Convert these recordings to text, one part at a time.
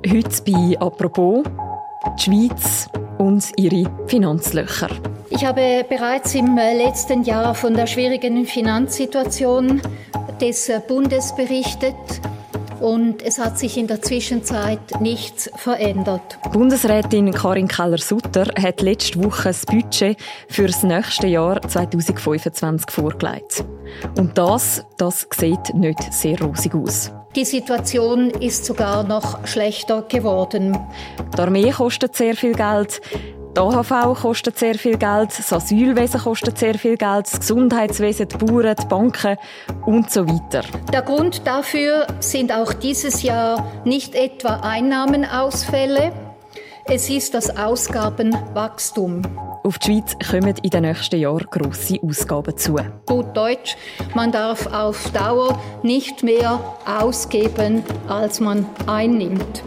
Heute bei «Apropos» die Schweiz und ihre Finanzlöcher. Ich habe bereits im letzten Jahr von der schwierigen Finanzsituation des Bundes berichtet. Und es hat sich in der Zwischenzeit nichts verändert. Bundesrätin Karin Keller-Sutter hat letzte Woche das Budget für das nächste Jahr 2025 vorgelegt. Und das sieht nicht sehr rosig aus. Die Situation ist sogar noch schlechter geworden. Die Armee kostet sehr viel Geld. Die AHV kostet sehr viel Geld, das Asylwesen kostet sehr viel Geld, das Gesundheitswesen, die Bauern, die Banken und so weiter. Der Grund dafür sind auch dieses Jahr nicht etwa Einnahmenausfälle, es ist das Ausgabenwachstum. Auf die Schweiz kommen in den nächsten Jahren grosse Ausgaben zu. Gut Deutsch, man darf auf Dauer nicht mehr ausgeben, als man einnimmt.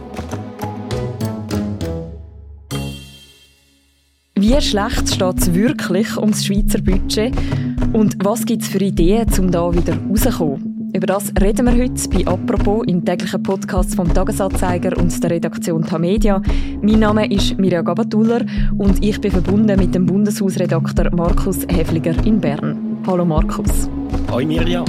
Wie schlecht steht es wirklich um das Schweizer Budget? Und was gibt es für Ideen, um da wieder rauszukommen? Über das reden wir heute bei «Apropos» im täglichen Podcast vom «Tagesanzeiger» und der Redaktion Tamedia. Mein Name ist Mirja Gabatuller und ich bin verbunden mit dem Bundeshausredakteur Markus Häfliger in Bern. Hallo Markus. Hoi Mirja.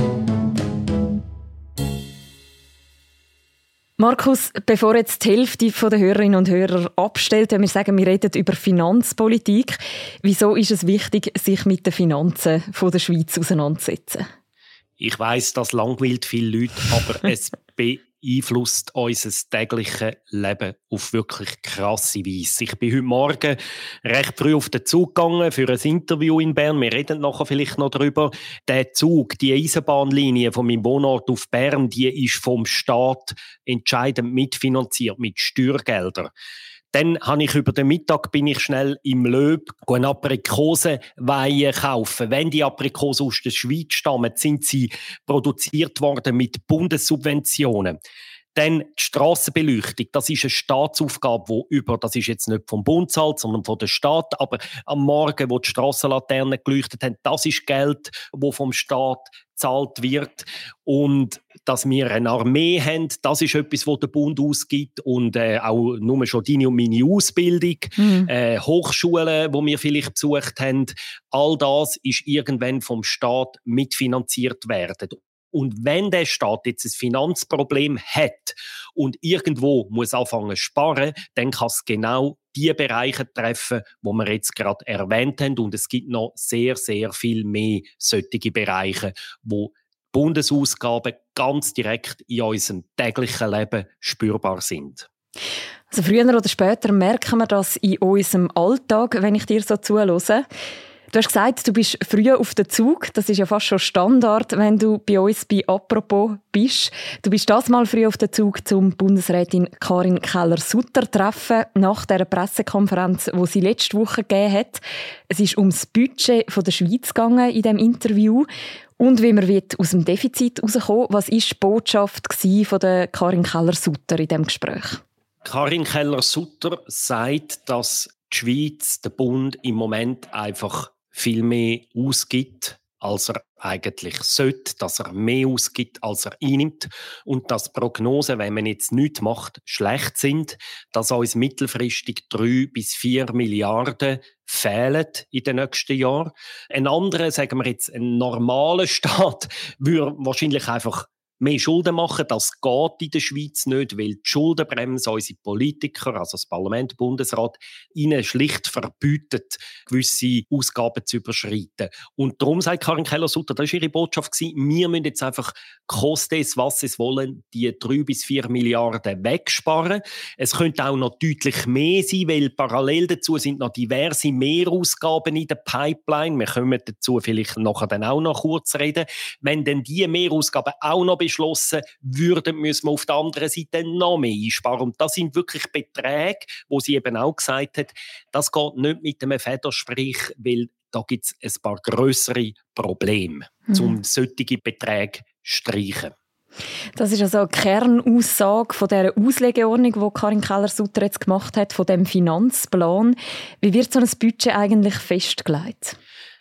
Markus, bevor jetzt die Hälfte der Hörerinnen und Hörer abstellt, wenn wir sagen, wir reden über Finanzpolitik, wieso ist es wichtig, sich mit den Finanzen der Schweiz auseinanderzusetzen? Ich weiss, das langweilt viele Leute, aber es beeinflusst unser tägliches Leben auf wirklich krasse Weise. Ich bin heute Morgen recht früh auf den Zug gegangen für ein Interview in Bern. Wir reden nachher vielleicht noch darüber. Der Zug, die Eisenbahnlinie von meinem Wohnort auf Bern, die ist vom Staat entscheidend mitfinanziert mit Steuergeldern. Dann habe ich über den Mittag bin ich schnell im Löb eine Aprikosenweihe kaufen. Wenn die Aprikosen aus der Schweiz stammen, sind sie produziert worden mit Bundessubventionen. Dann die Strassenbeleuchtung, das ist eine Staatsaufgabe, das ist jetzt nicht vom Bund zahlt, sondern von der Staat. Aber am Morgen, wo die Strassenlaternen geleuchtet haben, das ist Geld, das vom Staat gezahlt wird. Und dass wir eine Armee haben, das ist etwas, das der Bund ausgibt. Und auch nur schon deine und meine Ausbildung, Hochschulen, die wir vielleicht besucht haben, all das ist irgendwann vom Staat mitfinanziert werden. Und wenn der Staat jetzt ein Finanzproblem hat und irgendwo muss anfangen zu sparen, dann kann es genau die Bereiche treffen, die wir jetzt gerade erwähnt haben. Und es gibt noch sehr, sehr viel mehr solche Bereiche, wo Bundesausgaben ganz direkt in unserem täglichen Leben spürbar sind. Also früher oder später merken wir das in unserem Alltag, wenn ich dir so zuhöre. Du hast gesagt, du bist früh auf den Zug. Das ist ja fast schon Standard, wenn du bei uns bei «Apropos» bist. Du bist das mal früh auf den Zug zum Bundesrätin Karin Keller-Sutter treffen, nach der Pressekonferenz, die sie letzte Woche gegeben hat. Es ist um das Budget der Schweiz gegangen in diesem Interview. Und wie man aus dem Defizit herauskommen. Was war die Botschaft von der Karin Keller-Sutter in diesem Gespräch? Karin Keller-Sutter sagt, dass die Schweiz, der Bund, im Moment einfach viel mehr ausgibt, als er eigentlich sollte, dass er mehr ausgibt, als er einnimmt und dass Prognosen, wenn man jetzt nichts macht, schlecht sind, dass uns mittelfristig 3 bis 4 Milliarden fehlen in den nächsten Jahren. Ein anderer, sagen wir jetzt, ein normaler Staat, würde wahrscheinlich einfach mehr Schulden machen, das geht in der Schweiz nicht, weil die Schuldenbremse unsere Politiker, also das Parlament, der Bundesrat, ihnen schlicht verbietet, gewisse Ausgaben zu überschreiten. Und darum sagt Karin Keller-Sutter, das war ihre Botschaft, wir müssen jetzt einfach, koste es, was es wollen, die 3 bis 4 Milliarden wegsparen. Es könnte auch noch deutlich mehr sein, weil parallel dazu sind noch diverse Mehrausgaben in der Pipeline. Wir können dazu vielleicht nachher dann auch noch kurz reden. Wenn dann diese Mehrausgaben auch noch beschlossen würden, müssen wir auf der anderen Seite noch mehr einsparen. Und das sind wirklich Beträge, wo sie eben auch gesagt hat, das geht nicht mit einem Federstrich, weil da gibt es ein paar grössere Probleme, um solche Beträge zu streichen. Das ist also eine Kernaussage von dieser Auslegeordnung, die Karin Keller-Sutter jetzt gemacht hat, von dem Finanzplan. Wie wird so ein Budget eigentlich festgelegt?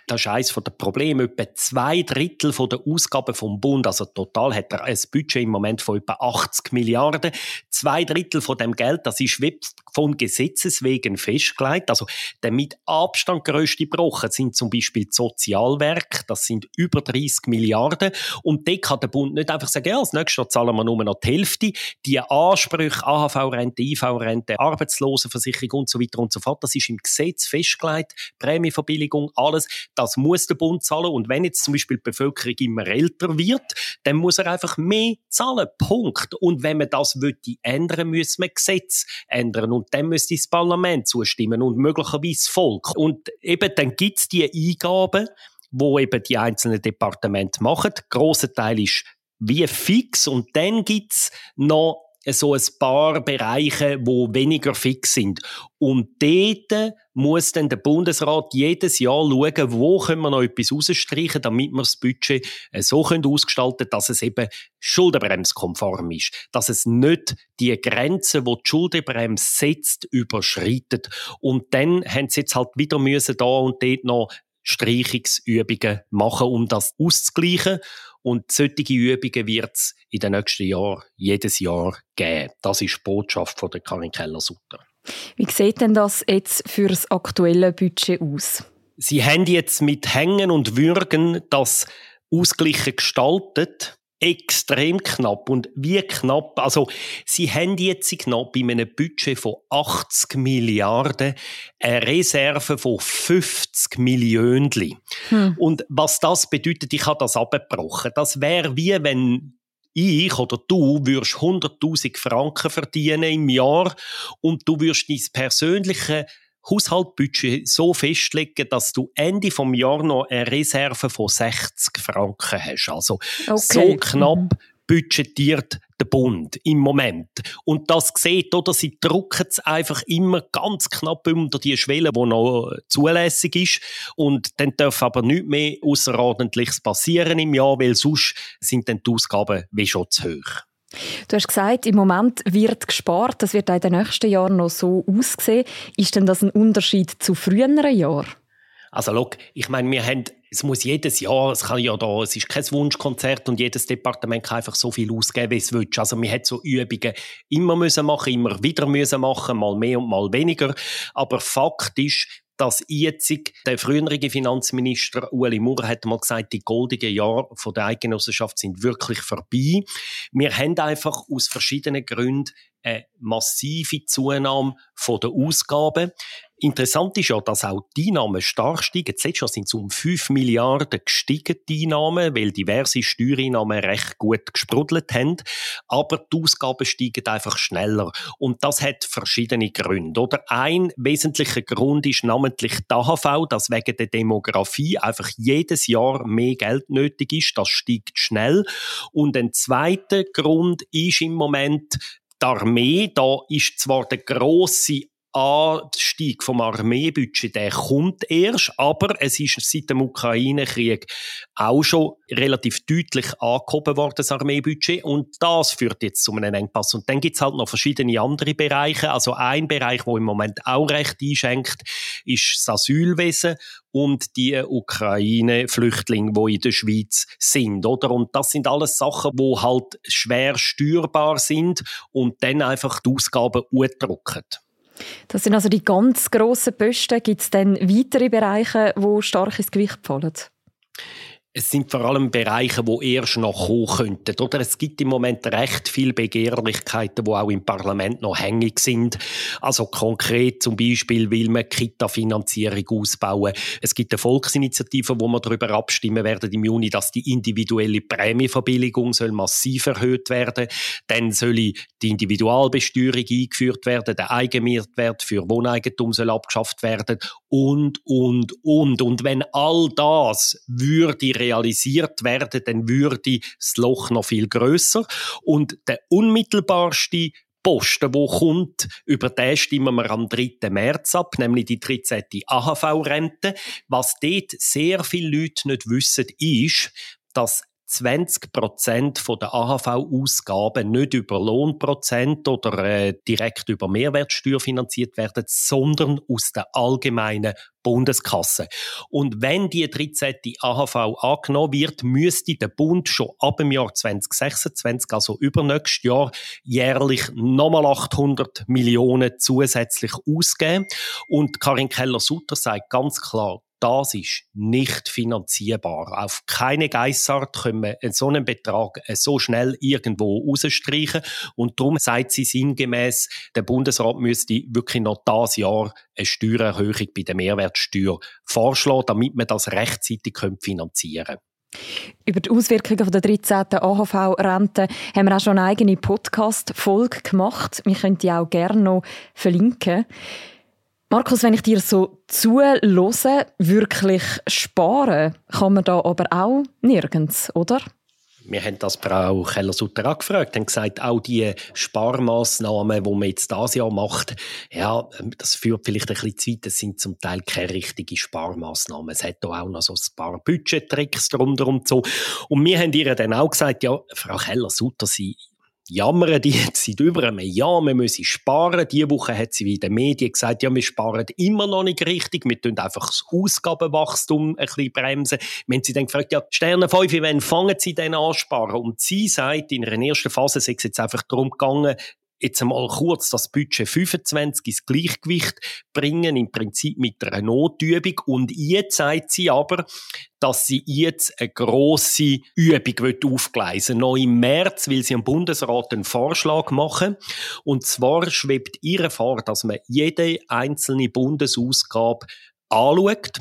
Das ist eines der Probleme. Etwa 2/3 der Ausgaben vom Bund, also total hat er ein Budget im Moment von etwa 80 Milliarden. 2/3 von dem Geld, das ist wie von Gesetzes wegen festgelegt. Also der mit Abstand grösste Brocken sind zum Beispiel die Sozialwerke. Das sind über 30 Milliarden. Und dort kann der Bund nicht einfach sagen, ja, als nächstes zahlen wir nur noch die Hälfte. Die Ansprüche, AHV-Rente, IV-Rente, Arbeitslosenversicherung und so weiter und so fort, das ist im Gesetz festgelegt. Prämieverbilligung, alles. Das muss der Bund zahlen. Und wenn jetzt zum Beispiel die Bevölkerung immer älter wird, dann muss er einfach mehr zahlen. Punkt. Und wenn man das ändern will, muss man Gesetz ändern. Und dann müsste das Parlament zustimmen und möglicherweise das Volk. Und eben dann gibt es die Eingaben, die eben die einzelnen Departemente machen. Der grosse Teil ist wie fix. Und dann gibt es noch so ein paar Bereiche, die weniger fix sind. Und dort muss dann der Bundesrat jedes Jahr schauen, wo können wir noch etwas rausstreichen, damit wir das Budget so ausgestalten können, dass es eben schuldenbremskonform ist. Dass es nicht die Grenze, die die Schuldenbremse setzt, überschreitet. Und dann haben sie jetzt halt wieder müssen da und dort noch Streichungsübungen machen, um das auszugleichen. Und solche Übungen wird es in den nächsten Jahren jedes Jahr geben. Das ist die Botschaft von der Karin Keller-Sutter. Wie sieht denn das jetzt für das aktuelle Budget aus? Sie haben jetzt mit Hängen und Würgen das ausgeglichen gestaltet. Extrem knapp. Und wie knapp? Also, sie haben jetzt knapp bei einem Budget von 80 Milliarden eine Reserve von 50 Millionen. Und was das bedeutet, ich habe das abgebrochen. Das wäre wie wenn ich oder du würdest 100'000 Franken verdienen im Jahr und du würdest dein persönliche Haushaltsbudget so festlegen, dass du Ende vom Jahr noch eine Reserve von 60 Franken hast. Also so knapp budgetiert der Bund im Moment. Und das sieht, oder? Sie drücken es einfach immer ganz knapp unter die Schwelle, die noch zulässig ist. Und dann darf aber nichts mehr Ausserordentliches passieren im Jahr, weil sonst sind dann die Ausgaben wie schon zu hoch. Du hast gesagt, im Moment wird gespart. Das wird auch in den nächsten Jahren noch so aussehen. Ist denn das ein Unterschied zu früheren Jahren? Also schau, ich meine, es muss jedes Jahr, es ist kein Wunschkonzert und jedes Departement kann einfach so viel ausgeben, wie es will. Also man hat so Übungen immer wieder müssen machen, mal mehr und mal weniger. Aber Fakt ist, dass jetzt der frühere Finanzminister Ueli Maurer hat mal gesagt, die goldenen Jahre von der Eidgenossenschaft sind wirklich vorbei. Wir haben einfach aus verschiedenen Gründen eine massive Zunahme von der Ausgaben. Interessant ist ja, dass auch die Einnahmen stark steigen. Letztes Jahr sind es um 5 Milliarden gestiegen, die Einnahmen, weil diverse Steuereinnahmen recht gut gesprudelt haben. Aber die Ausgaben steigen einfach schneller. Und das hat verschiedene Gründe. Oder ein wesentlicher Grund ist namentlich die AHV, dass wegen der Demografie einfach jedes Jahr mehr Geld nötig ist. Das steigt schnell. Und ein zweiter Grund ist im Moment die Armee. Da ist zwar der grosse Anstieg vom Armeebudget, der kommt erst, aber es ist seit dem Ukraine-Krieg auch schon relativ deutlich angehoben worden, das Armeebudget, und das führt jetzt zu einem Engpass. Und dann gibt es halt noch verschiedene andere Bereiche. Also ein Bereich, der im Moment auch recht einschenkt, ist das Asylwesen und die Ukraine-Flüchtlinge, die in der Schweiz sind, oder? Und das sind alles Sachen, die halt schwer steuerbar sind und dann einfach die Ausgaben drücken. Das sind also die ganz grossen Posten. Gibt es dann weitere Bereiche, die stark ins Gewicht fallen? Es sind vor allem Bereiche, die erst noch kommen könnten. Oder? Es gibt im Moment recht viele Begehrlichkeiten, die auch im Parlament noch hängig sind. Also konkret zum Beispiel will man Kita-Finanzierung ausbauen. Es gibt eine Volksinitiative, wo wir darüber abstimmen werden im Juni, dass die individuelle Prämieverbilligung soll massiv erhöht werden. Dann soll die Individualbesteuerung eingeführt werden. Der Eigenmietwert für Wohneigentum soll abgeschafft werden. Und. Und wenn all das würde realisiert werden, dann würde das Loch noch viel grösser. Und der unmittelbarste Posten, der kommt, über den stimmen wir am 3. März ab, nämlich die 13. AHV-Rente. Was dort sehr viele Leute nicht wissen, ist, dass 20% der AHV-Ausgaben nicht über Lohnprozent oder direkt über Mehrwertsteuer finanziert werden, sondern aus der allgemeinen Bundeskasse. Und wenn die 13. AHV angenommen wird, müsste der Bund schon ab dem Jahr 2026, also übernächstes Jahr, jährlich nochmal 800 Millionen zusätzlich ausgeben. Und Karin Keller-Sutter sagt ganz klar, das ist nicht finanzierbar. Auf keine Geissart können wir so einen Betrag so schnell irgendwo rausstreichen. Und darum sagt sie sinngemäß, der Bundesrat müsste wirklich noch dieses Jahr eine Steuererhöhung bei der Mehrwertsteuer vorschlagen, damit wir das rechtzeitig finanzieren können. Über die Auswirkungen der 13. AHV-Rente haben wir auch schon eine eigene Podcast-Folge gemacht. Wir können die auch gerne noch verlinken. Markus, wenn ich dir so zuhöre, wirklich sparen kann man da aber auch nirgends, oder? Wir haben das Frau Keller-Sutter auch gefragt und gesagt, auch die Sparmaßnahmen, die man jetzt dieses Jahr macht, ja, das führt vielleicht ein bisschen zu weit, das sind zum Teil keine richtigen Sparmaßnahmen. Es hat auch noch so ein paar Budgettricks drunter und so. Und wir haben ihr dann auch gesagt, ja, Frau Keller-Sutter, Sie jammern die jetzt seit über einem Jahr, wir müssen sparen. Diese Woche hat sie in den Medien gesagt, ja, wir sparen immer noch nicht richtig, wir tun einfach das Ausgabenwachstum ein bisschen bremsen. Wir haben sie dann gefragt, ja, Sterne 5, wann fangen Sie denn an zu sparen? Und sie sagt, in einer ersten Phase sei es jetzt einfach darum gegangen, jetzt einmal kurz das Budget 25 ins Gleichgewicht bringen, im Prinzip mit einer Notübung. Und jetzt sagt sie aber, dass sie jetzt eine grosse Übung aufgleisen will. Noch im März will sie am Bundesrat einen Vorschlag machen. Und zwar schwebt ihr vor, dass man jede einzelne Bundesausgabe anschaut,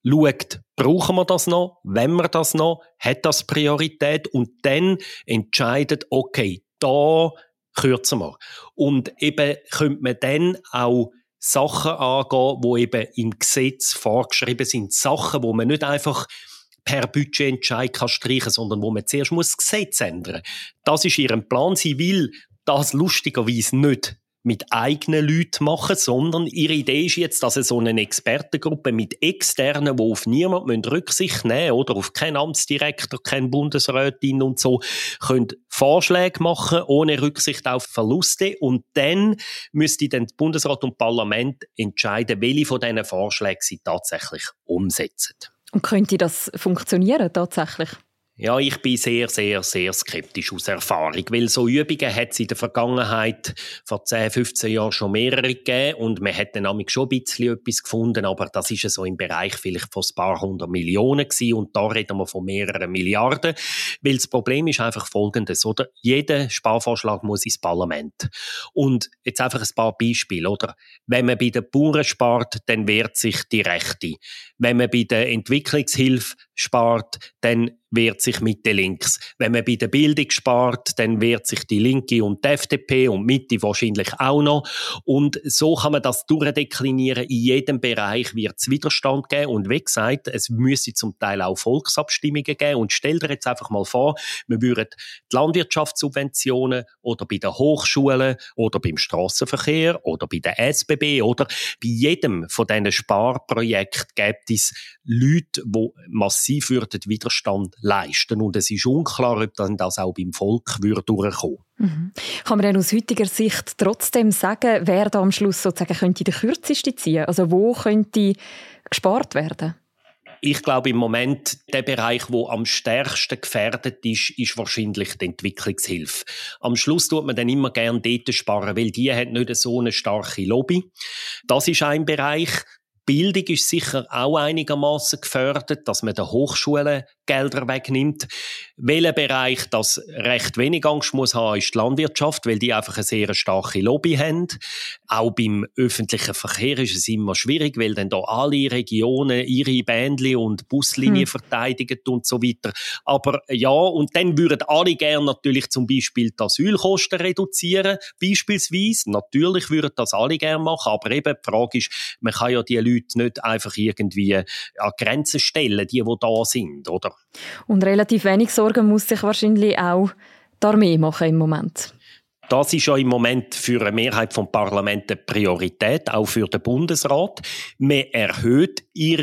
brauchen wir das noch, wenn wir das noch, hat das Priorität und dann entscheidet, okay, da kürzen wir. Und eben könnte man dann auch Sachen angehen, die eben im Gesetz vorgeschrieben sind. Sachen, wo man nicht einfach per Budgetentscheid streichen kann, sondern wo man zuerst das Gesetz ändern muss. Das ist ihr Plan. Sie will das lustigerweise nicht mit eigenen Leuten machen, sondern ihre Idee ist jetzt, dass so eine Expertengruppe mit Externen, die auf niemanden Rücksicht nehmen müssen, oder auf keinen Amtsdirektor, keinen Bundesrätin und so, können Vorschläge machen, ohne Rücksicht auf Verluste. Und dann müsste dann Bundesrat und Parlament entscheiden, welche von diesen Vorschlägen sie tatsächlich umsetzen. Und könnte das funktionieren tatsächlich? Ja, ich bin sehr, sehr, sehr skeptisch aus Erfahrung, weil so Übungen hat es in der Vergangenheit vor 10, 15 Jahren schon mehrere gegeben und man hat dann schon ein bisschen etwas gefunden, aber das ist ja so im Bereich vielleicht von ein paar 100 Millionen gewesen und da reden wir von mehreren Milliarden, weil das Problem ist einfach Folgendes, oder? Jeder Sparvorschlag muss ins Parlament. Und jetzt einfach ein paar Beispiele, oder? Wenn man bei den Bauern spart, dann wehrt sich die Rechte. Wenn man bei der Entwicklungshilfe spart, dann wehrt sich Mitte links. Wenn man bei der Bildung spart, dann wehrt sich die Linke und die FDP und Mitte wahrscheinlich auch noch. Und so kann man das durchdeklinieren. In jedem Bereich wird es Widerstand geben. Und wie gesagt, es müsste zum Teil auch Volksabstimmungen geben. Und stell dir jetzt einfach mal vor, wir würden die Landwirtschaftssubventionen oder bei den Hochschulen oder beim Strassenverkehr oder bei der SBB oder bei jedem von diesen Sparprojekten gibt es Leute, die massiv Widerstand leisten. Und es ist unklar, ob dann das auch beim Volk durchkommen würde. Kann man denn aus heutiger Sicht trotzdem sagen, wer da am Schluss sozusagen könnte den kürzesten ziehen? Also wo könnte gespart werden? Ich glaube, im Moment der Bereich, der am stärksten gefährdet ist, ist wahrscheinlich die Entwicklungshilfe. Am Schluss tut man dann immer gerne dort sparen, weil die hat nicht so eine starke Lobby. Das ist ein Bereich. Bildung ist sicher auch einigermaßen gefördert, dass man den Hochschulen Gelder wegnimmt. Welcher Bereich das recht wenig Angst muss haben, ist die Landwirtschaft, weil die einfach eine sehr starke Lobby haben. Auch beim öffentlichen Verkehr ist es immer schwierig, weil dann da alle Regionen ihre Bändli und Buslinien verteidigen und so weiter. Aber ja, und dann würden alle gerne natürlich zum Beispiel die Asylkosten reduzieren, beispielsweise. Natürlich würden das alle gerne machen, aber eben die Frage ist, man kann ja die Leute nicht einfach irgendwie an Grenzen stellen, die da sind, oder? Und relativ wenig Sorgen muss sich wahrscheinlich auch die Armee machen im Moment. Das ist ja im Moment für eine Mehrheit vom Parlament eine Priorität, auch für den Bundesrat. Man erhöht ihre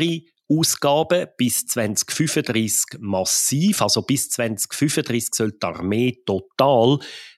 Ausgaben bis 2035 massiv. Also bis 2035 soll die Armee total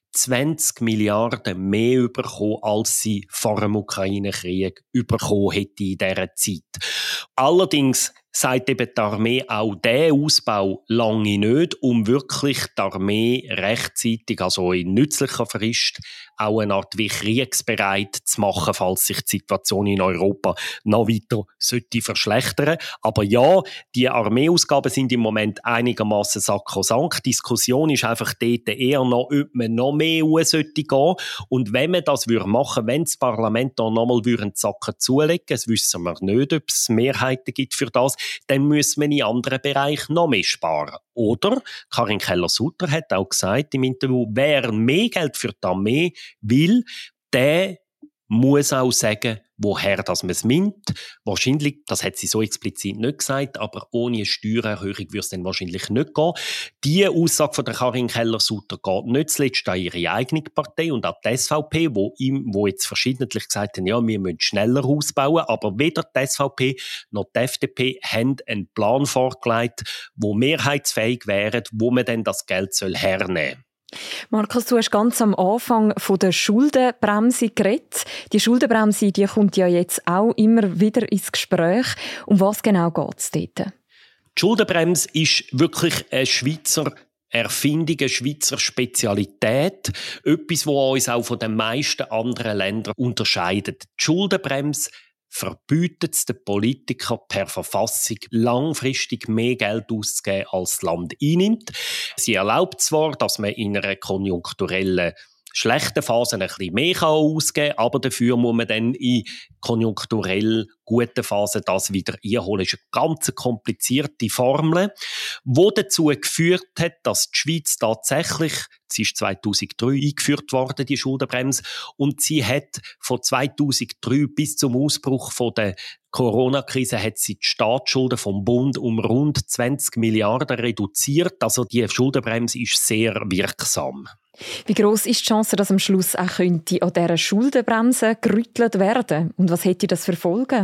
20 Milliarden mehr bekommen, als sie vor dem Ukraine-Krieg bekommen hätte in dieser Zeit. Allerdings sagt eben die Armee auch diesen Ausbau lange nicht, um wirklich die Armee rechtzeitig, also in nützlicher Frist, auch eine Art wie kriegsbereit zu machen, falls sich die Situation in Europa noch weiter verschlechtern sollte. Aber ja, die Armeeausgaben sind im Moment einigermaßen sakrosankt. Die Diskussion ist einfach dort eher noch, ob man noch mehr gehen sollte. Und wenn man das machen würde, wenn das Parlament da nochmal einen Zacken zulegen, das wissen wir nicht, ob es Mehrheiten gibt für das, dann müssen wir in anderen Bereichen noch mehr sparen. Oder, Karin Keller-Sutter hat auch gesagt im Interview, wer mehr Geld für die Armee will, der muss auch sagen, woher das man es nimmt. Wahrscheinlich, das hat sie so explizit nicht gesagt, aber ohne eine Steuererhöhung würde es dann wahrscheinlich nicht gehen. Die Aussage von der Karin Keller-Sutter geht nicht zuletzt an ihre eigene Partei und an die SVP, wo jetzt verschiedentlich gesagt haben, ja, wir müssen schneller ausbauen, aber weder die SVP noch die FDP haben einen Plan vorgelegt, der mehrheitsfähig wäre, wo man dann das Geld hernehmen soll. Markus, du hast ganz am Anfang von der Schuldenbremse geredet. Die Schuldenbremse, die kommt ja jetzt auch immer wieder ins Gespräch. Um was genau geht es dort? Die Schuldenbremse ist wirklich eine Schweizer Erfindung, eine Schweizer Spezialität. Etwas, was uns auch von den meisten anderen Ländern unterscheidet. Die Schuldenbremse verbietet es den Politikern per Verfassung, langfristig mehr Geld auszugeben, als das Land einnimmt. Sie erlaubt zwar, dass man in einer konjunkturellen schlechten Phase ein bisschen mehr ausgeben kann, aber dafür muss man dann in konjunkturell guten Phasen das wieder einholen. Das ist eine ganz komplizierte Formel, die dazu geführt hat, dass die Schweiz tatsächlich, sie ist 2003 eingeführt worden, die Schuldenbremse, und sie hat von 2003 bis zum Ausbruch der Corona-Krise hat sie die Staatsschulden vom Bund um rund 20 Milliarden reduziert. Also die Schuldenbremse ist sehr wirksam. Wie gross ist die Chance, dass am Schluss auch an dieser Schuldenbremse gerüttelt werden? Und was hätte das für Folgen?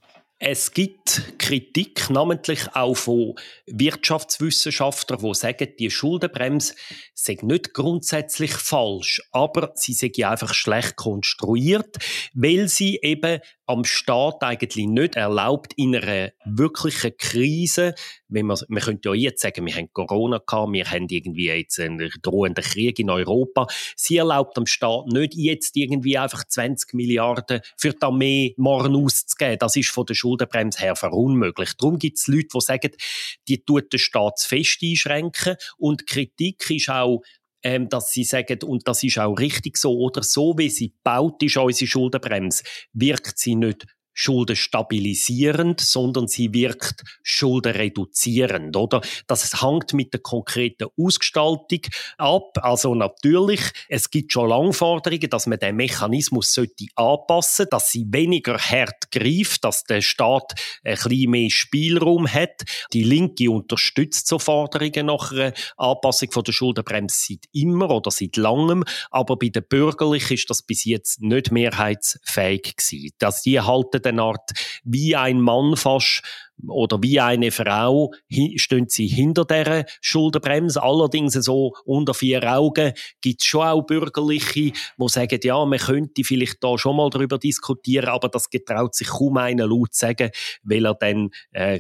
Es gibt Kritik, namentlich auch von Wirtschaftswissenschaftlern, die sagen, die Schuldenbremse sei nicht grundsätzlich falsch, aber sie sei einfach schlecht konstruiert, weil sie eben am Staat eigentlich nicht erlaubt, in einer wirklichen Krise, man könnte ja jetzt sagen, wir haben Corona gehabt, wir haben irgendwie jetzt einen drohenden Krieg in Europa, sie erlaubt am Staat nicht, jetzt irgendwie einfach 20 Milliarden für die Armee morgen auszugeben. Das ist von der Schuldenbremse her verunmöglich. Darum gibt es Leute, die sagen, die tut den Staat zu fest einschränken, und Kritik ist auch, dass sie sagen, und das ist auch richtig so, oder so wie sie gebaut ist, unsere Schuldenbremse, wirkt sie nicht schuldenstabilisierend, sondern sie wirkt schuldenreduzierend, oder? Das hängt mit der konkreten Ausgestaltung ab. Also natürlich, es gibt schon lange Forderungen, dass man den Mechanismus anpassen sollte, dass sie weniger hart greift, dass der Staat ein bisschen mehr Spielraum hat. Die Linke unterstützt so Forderungen nach einer Anpassung von der Schuldenbremse seit immer oder seit langem, aber bei den Bürgerlichen ist das bis jetzt nicht mehrheitsfähig gewesen. Dass die halten eine Art wie ein Mann fast oder wie eine Frau stehen sie hinter dieser Schuldenbremse. Allerdings so unter 4 Augen gibt es schon auch Bürgerliche, die sagen, ja, man könnte vielleicht da schon mal darüber diskutieren, aber das getraut sich kaum einer laut zu sagen, weil er dann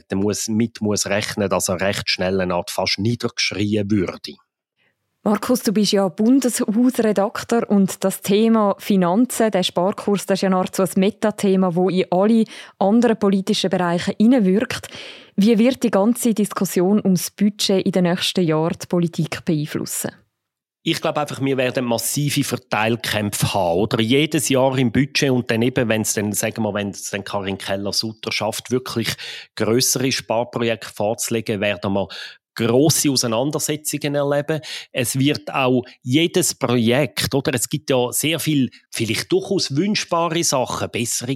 muss rechnen, dass er recht schnell eine Art fast niedergeschrien würde. Markus, du bist ja Bundeshausredakteur und das Thema Finanzen, der Sparkurs, das ist ja nahezu ein Metathema, das in alle anderen politischen Bereiche hineinwirkt. Wie wird die ganze Diskussion ums Budget in den nächsten Jahren die Politik beeinflussen? Ich glaube einfach, wir werden massive Verteilkämpfe haben, oder? Jedes Jahr im Budget und dann eben, wenn es dann Karin Keller-Sutter schafft, wirklich grössere Sparprojekte vorzulegen, werden wir grosse Auseinandersetzungen erleben. Es wird auch jedes Projekt, oder? Es gibt ja sehr viel, vielleicht durchaus wünschbare Sachen, bessere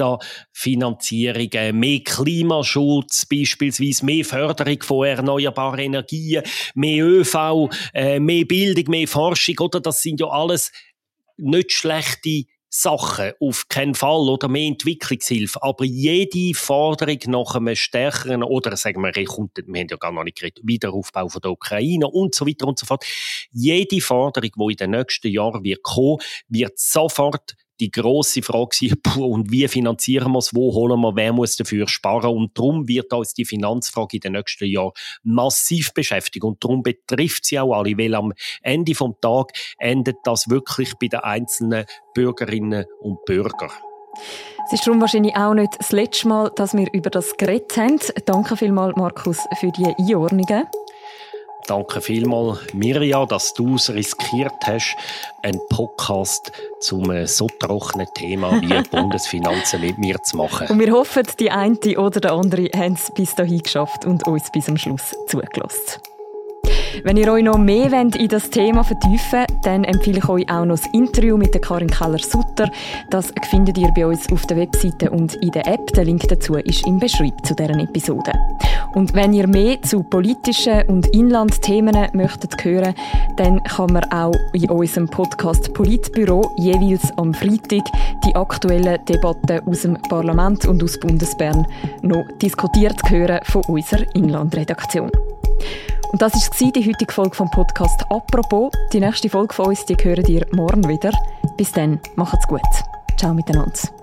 Kita-Finanzierungen, mehr Klimaschutz beispielsweise, mehr Förderung von erneuerbaren Energien, mehr ÖV, mehr Bildung, mehr Forschung, oder? Das sind ja alles nicht schlechte Sachen, auf keinen Fall, oder mehr Entwicklungshilfe, aber jede Forderung nach einem stärkeren, oder sagen wir, wir haben ja gar noch nicht geredet, Wiederaufbau von der Ukraine und so weiter und so fort, jede Forderung, die in den nächsten Jahren wird kommen, wird sofort die grosse Frage sein, und wie finanzieren wir es, wo holen wir, wer muss dafür sparen, und darum wird uns die Finanzfrage in den nächsten Jahren massiv beschäftigen und darum betrifft sie auch alle, weil am Ende vom Tag endet das wirklich bei den einzelnen Bürgerinnen und Bürgern. Es ist darum wahrscheinlich auch nicht das letzte Mal, dass wir über das geredet haben. Danke vielmals, Markus, für die Einordnungen. Danke vielmals, Mirja, dass du es riskiert hast, einen Podcast zum so trockenen Thema wie Bundesfinanzen mit mir zu machen. Und wir hoffen, die eine oder der andere haben es bis dahin geschafft und uns bis zum Schluss zugelassen. Wenn ihr euch noch mehr in das Thema vertiefen wollt, dann empfehle ich euch auch noch das Interview mit der Karin Keller-Sutter. Das findet ihr bei uns auf der Webseite und in der App. Der Link dazu ist im Beschreib zu deren Episode. Und wenn ihr mehr zu politischen und Inlandthemen möchtet hören, dann kann man auch in unserem Podcast Politbüro jeweils am Freitag die aktuellen Debatten aus dem Parlament und aus Bundesbern noch diskutiert hören von unserer Inlandredaktion. Und das war die heutige Folge vom Podcast «Apropos». Die nächste Folge von uns, die hören ihr morgen wieder. Bis dann, macht's gut. Ciao miteinander.